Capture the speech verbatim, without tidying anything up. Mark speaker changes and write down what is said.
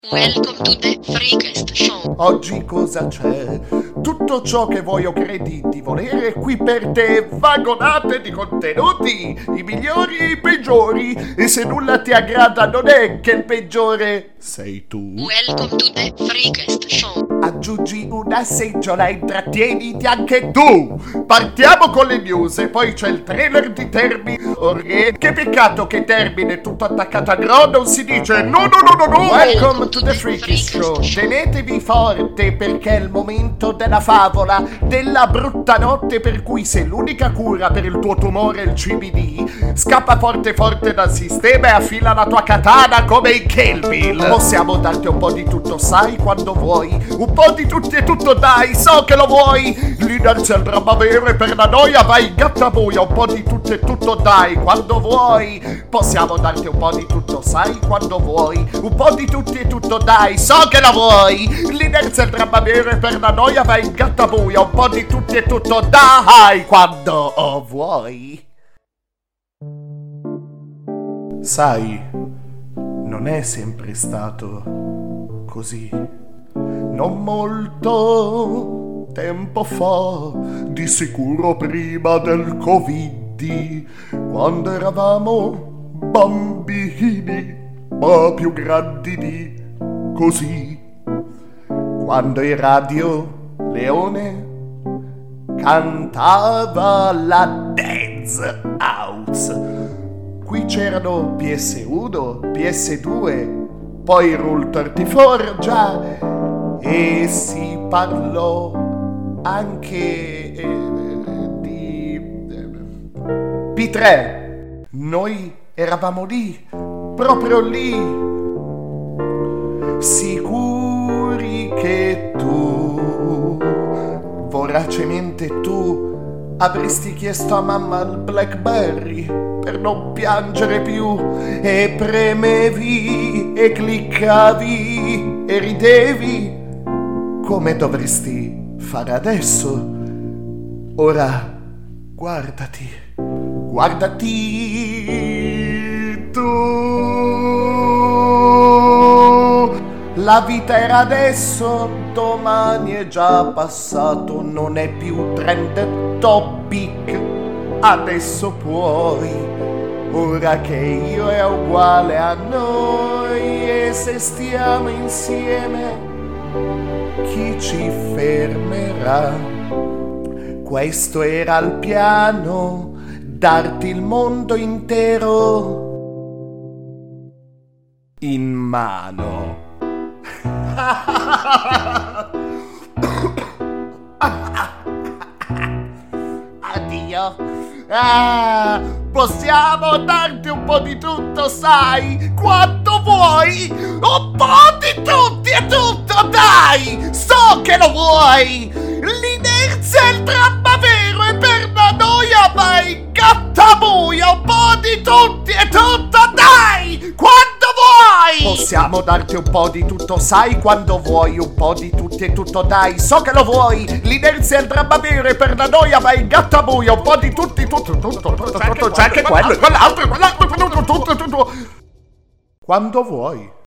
Speaker 1: Welcome to the Freecast Show.
Speaker 2: Oggi cosa c'è? Tutto ciò che vuoi o credi di volere qui per te. Vagonate di contenuti, i migliori e i peggiori. E se nulla ti aggrada non è che il peggiore sei tu.
Speaker 1: Welcome to the Freecast Show.
Speaker 2: Aggiungi una seggiola e intrattieniti anche tu. Partiamo con le news e poi c'è il trailer di Terminator. Che peccato che Termine tutto attaccato a Gro non si dice no no no no no. Welcome to the Freecast Show. Tenetevi forte perché è il momento della favola, della brutta notte per cui se l'unica cura per il tuo tumore è il C B D, scappa forte forte dal sistema e affila la tua katana come in Kill Bill. Possiamo darti un po' di tutto, sai, quando vuoi. Un po' di tutti e tutto, dai, so che lo vuoi. L'inerzia è il dramma vero e per la noia vai in gattabuia. Un po' di tutto e tutto, dai, quando vuoi. Possiamo darti un po' di tutto, sai, quando vuoi. Un po' di tutti e tutto, dai, so che lo vuoi. L'inerzia è il dramma vero e per la noia vai in gattabuia. Un po' di tutti e tutto, dai, quando oh, vuoi. Sai, non è sempre stato così. Non molto tempo fa, di sicuro prima del Covid, quando eravamo bambini, ma più grandi di così. Quando in radio Leone cantava la Dance House. Qui c'erano P S uno, P S due, poi Rule trentaquattro già, e si parlò anche eh, di eh, P tre. Noi eravamo lì, proprio lì, sicuri che tu, voracemente tu, avresti chiesto a mamma il Blackberry per non piangere più, e premevi e cliccavi e ridevi come dovresti fare adesso. Ora guardati, guardati tu. La vita era adesso, domani è già passato, non è più trend topic. Adesso puoi, ora che io è uguale a noi, e se stiamo insieme, chi ci fermerà? Questo era il piano, darti il mondo intero in mano. Addio. Ah, possiamo darti un po' di tutto, sai, quanto vuoi. Un po' di tutti e tutto, dai, so che lo vuoi. L'inerzia è il dramma vero e per la noia vai in gattabuia. Un po' di tutti e tutto, dai, quando vuoi. Possiamo darti un po' di tutto, sai, quando vuoi. Un po' di tutti e tutto, dai, so che lo vuoi. L'inerzia è il dramma vero e per la noia vai in gattabuia. Un po' di tutti, tutto, tutto, tutto, tutto, c'è anche quello, quell'altro, quell'altro, tutto, tutto, tutto. Quando vuoi.